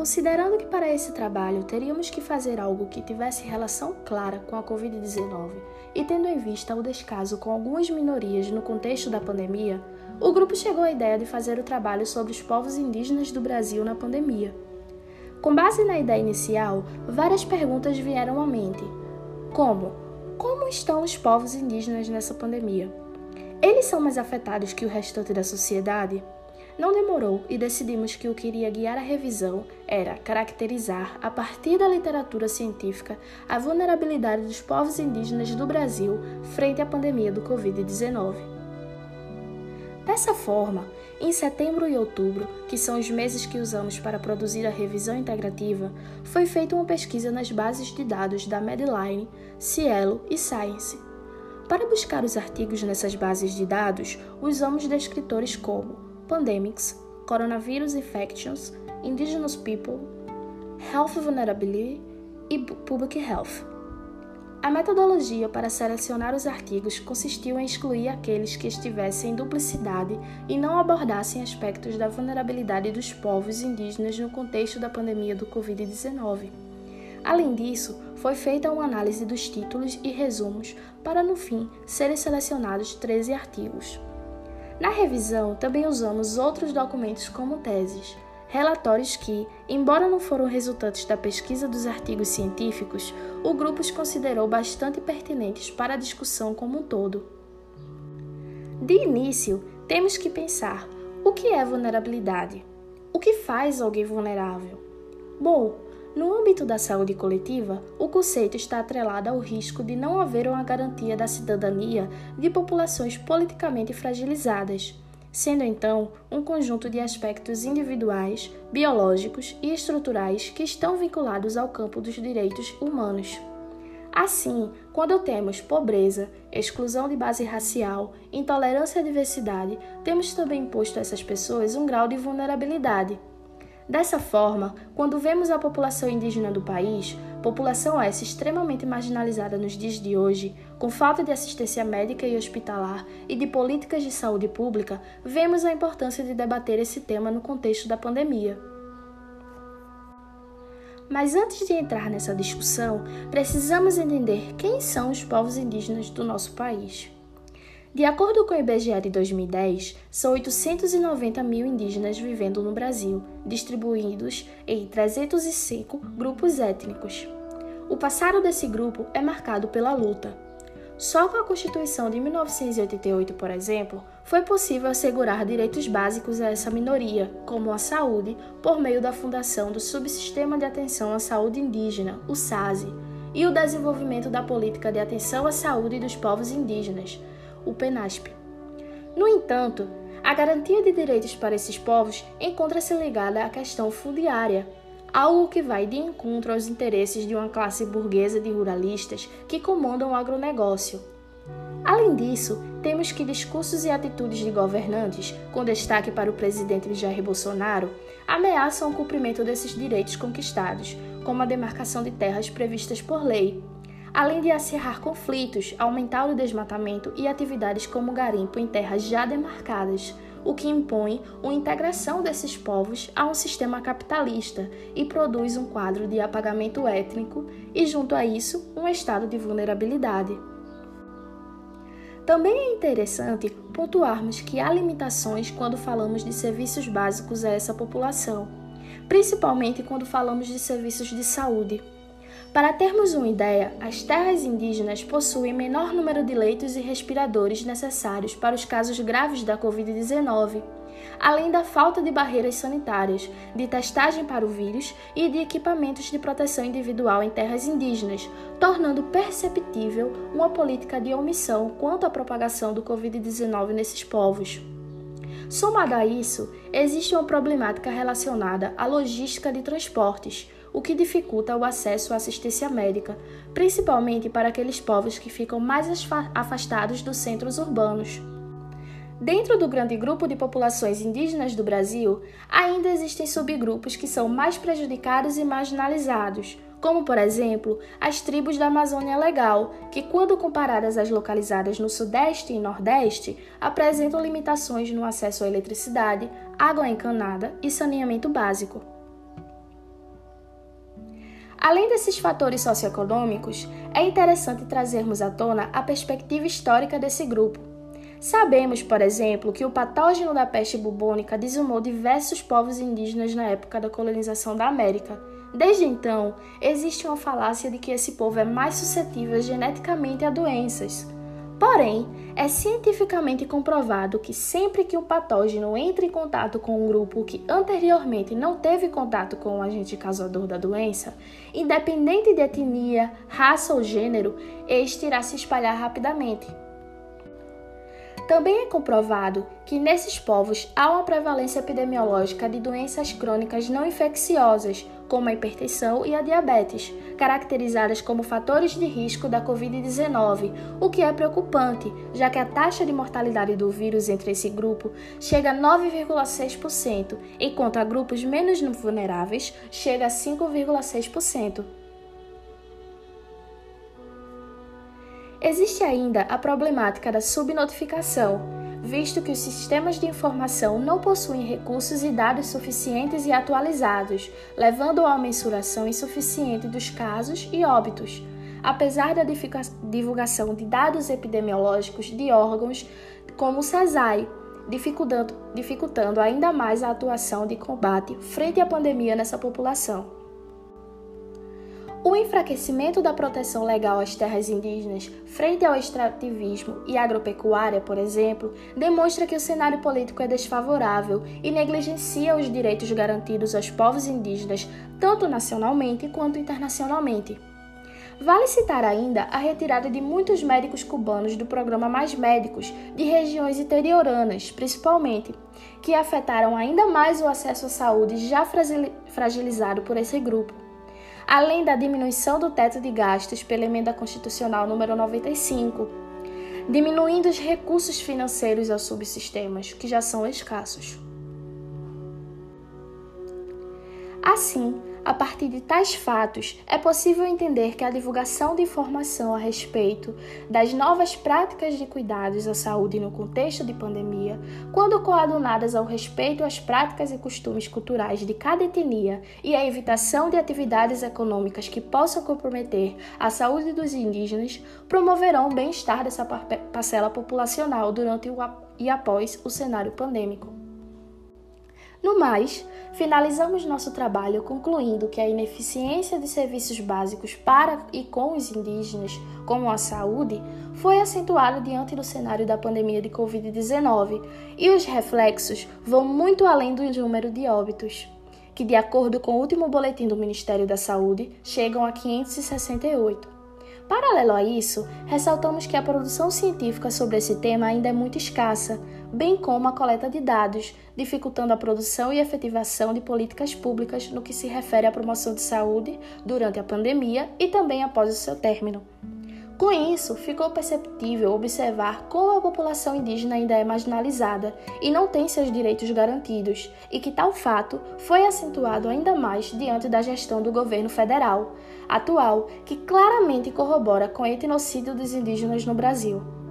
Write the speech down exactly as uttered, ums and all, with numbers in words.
Considerando que para esse trabalho teríamos que fazer algo que tivesse relação clara com a covid dezenove e tendo em vista o descaso com algumas minorias no contexto da pandemia, o grupo chegou à ideia de fazer o trabalho sobre os povos indígenas do Brasil na pandemia. Com base na ideia inicial, várias perguntas vieram à mente, como: como estão os povos indígenas nessa pandemia? Eles são mais afetados que o restante da sociedade? Não demorou e decidimos que o que iria guiar a revisão era caracterizar, a partir da literatura científica, a vulnerabilidade dos povos indígenas do Brasil frente à pandemia do covid dezenove. Dessa forma, em setembro e outubro, que são os meses que usamos para produzir a revisão integrativa, foi feita uma pesquisa nas bases de dados da Medline, Cielo e Science. Para buscar os artigos nessas bases de dados, usamos descritores como Pandemics, Coronavirus Infections, Indigenous People, Health Vulnerability e Public Health. A metodologia para selecionar os artigos consistiu em excluir aqueles que estivessem em duplicidade e não abordassem aspectos da vulnerabilidade dos povos indígenas no contexto da pandemia do covid dezenove. Além disso, foi feita uma análise dos títulos e resumos para, no fim, serem selecionados treze artigos. Na revisão, também usamos outros documentos como teses, relatórios que, embora não foram resultantes da pesquisa dos artigos científicos, o grupo os considerou bastante pertinentes para a discussão como um todo. De início, temos que pensar: o que é vulnerabilidade? O que faz alguém vulnerável? Bom, no âmbito da saúde coletiva, o conceito está atrelado ao risco de não haver uma garantia da cidadania de populações politicamente fragilizadas, sendo então um conjunto de aspectos individuais, biológicos e estruturais que estão vinculados ao campo dos direitos humanos. Assim, quando temos pobreza, exclusão de base racial, intolerância à diversidade, temos também imposto a essas pessoas um grau de vulnerabilidade. Dessa forma, quando vemos a população indígena do país, população essa extremamente marginalizada nos dias de hoje, com falta de assistência médica e hospitalar e de políticas de saúde pública, vemos a importância de debater esse tema no contexto da pandemia. Mas antes de entrar nessa discussão, precisamos entender quem são os povos indígenas do nosso país. De acordo com o I B G E de dois mil e dez, são oitocentos e noventa mil indígenas vivendo no Brasil, distribuídos em trezentos e cinco grupos étnicos. O passado desse grupo é marcado pela luta. Só com a Constituição de mil novecentos e oitenta e oito, por exemplo, foi possível assegurar direitos básicos a essa minoria, como a saúde, por meio da fundação do Subsistema de Atenção à Saúde Indígena, o SASI, e o desenvolvimento da Política de Atenção à Saúde dos Povos Indígenas, o PENASP. No entanto, a garantia de direitos para esses povos encontra-se ligada à questão fundiária, algo que vai de encontro aos interesses de uma classe burguesa de ruralistas que comandam o agronegócio. Além disso, temos que discursos e atitudes de governantes, com destaque para o presidente Jair Bolsonaro, ameaçam o cumprimento desses direitos conquistados, como a demarcação de terras previstas por lei, além de acirrar conflitos, aumentar o desmatamento e atividades como garimpo em terras já demarcadas, o que impõe uma integração desses povos a um sistema capitalista e produz um quadro de apagamento étnico e, junto a isso, um estado de vulnerabilidade. Também é interessante pontuarmos que há limitações quando falamos de serviços básicos a essa população, principalmente quando falamos de serviços de saúde. Para termos uma ideia, as terras indígenas possuem menor número de leitos e respiradores necessários para os casos graves da covid dezenove, além da falta de barreiras sanitárias, de testagem para o vírus e de equipamentos de proteção individual em terras indígenas, tornando perceptível uma política de omissão quanto à propagação do covid dezenove nesses povos. Somado a isso, existe uma problemática relacionada à logística de transportes, o que dificulta o acesso à assistência médica, principalmente para aqueles povos que ficam mais afastados dos centros urbanos. Dentro do grande grupo de populações indígenas do Brasil, ainda existem subgrupos que são mais prejudicados e marginalizados, como, por exemplo, as tribos da Amazônia Legal, que, quando comparadas às localizadas no Sudeste e Nordeste, apresentam limitações no acesso à eletricidade, água encanada e saneamento básico. Além desses fatores socioeconômicos, é interessante trazermos à tona a perspectiva histórica desse grupo. Sabemos, por exemplo, que o patógeno da peste bubônica dizimou diversos povos indígenas na época da colonização da América. Desde então, existe uma falácia de que esse povo é mais suscetível geneticamente a doenças. Porém, é cientificamente comprovado que sempre que um patógeno entra em contato com um grupo que anteriormente não teve contato com o agente causador da doença, independente de etnia, raça ou gênero, este irá se espalhar rapidamente. Também é comprovado que nesses povos há uma prevalência epidemiológica de doenças crônicas não infecciosas, como a hipertensão e a diabetes, caracterizadas como fatores de risco da covid dezenove, o que é preocupante, já que a taxa de mortalidade do vírus entre esse grupo chega a nove vírgula seis por cento, enquanto a grupos menos vulneráveis chega a cinco vírgula seis por cento. Existe ainda a problemática da subnotificação, visto que os sistemas de informação não possuem recursos e dados suficientes e atualizados, levando a uma mensuração insuficiente dos casos e óbitos, apesar da divulgação de dados epidemiológicos de órgãos como o SESAI, dificultando, dificultando ainda mais a atuação de combate frente à pandemia nessa população. O enfraquecimento da proteção legal às terras indígenas frente ao extrativismo e agropecuária, por exemplo, demonstra que o cenário político é desfavorável e negligencia os direitos garantidos aos povos indígenas, tanto nacionalmente quanto internacionalmente. Vale citar ainda a retirada de muitos médicos cubanos do programa Mais Médicos, de regiões interioranas, principalmente, que afetaram ainda mais o acesso à saúde já fragilizado por esse grupo. Além da diminuição do teto de gastos pela Emenda Constitucional número noventa e cinco, diminuindo os recursos financeiros aos subsistemas, que já são escassos. Assim, a partir de tais fatos, é possível entender que a divulgação de informação a respeito das novas práticas de cuidados à saúde no contexto de pandemia, quando coadunadas ao respeito às práticas e costumes culturais de cada etnia e à evitação de atividades econômicas que possam comprometer a saúde dos indígenas, promoverão o bem-estar dessa parcela populacional durante e após o cenário pandêmico. No mais, finalizamos nosso trabalho concluindo que a ineficiência de serviços básicos para e com os indígenas, como a saúde, foi acentuada diante do cenário da pandemia de covid dezenove e os reflexos vão muito além do número de óbitos, que, de acordo com o último boletim do Ministério da Saúde, chegam a quinhentos e sessenta e oito. Paralelo a isso, ressaltamos que a produção científica sobre esse tema ainda é muito escassa, bem como a coleta de dados, dificultando a produção e efetivação de políticas públicas no que se refere à promoção de saúde durante a pandemia e também após o seu término. Com isso, ficou perceptível observar como a população indígena ainda é marginalizada e não tem seus direitos garantidos, e que tal fato foi acentuado ainda mais diante da gestão do governo federal atual, que claramente corrobora com o etnocídio dos indígenas no Brasil.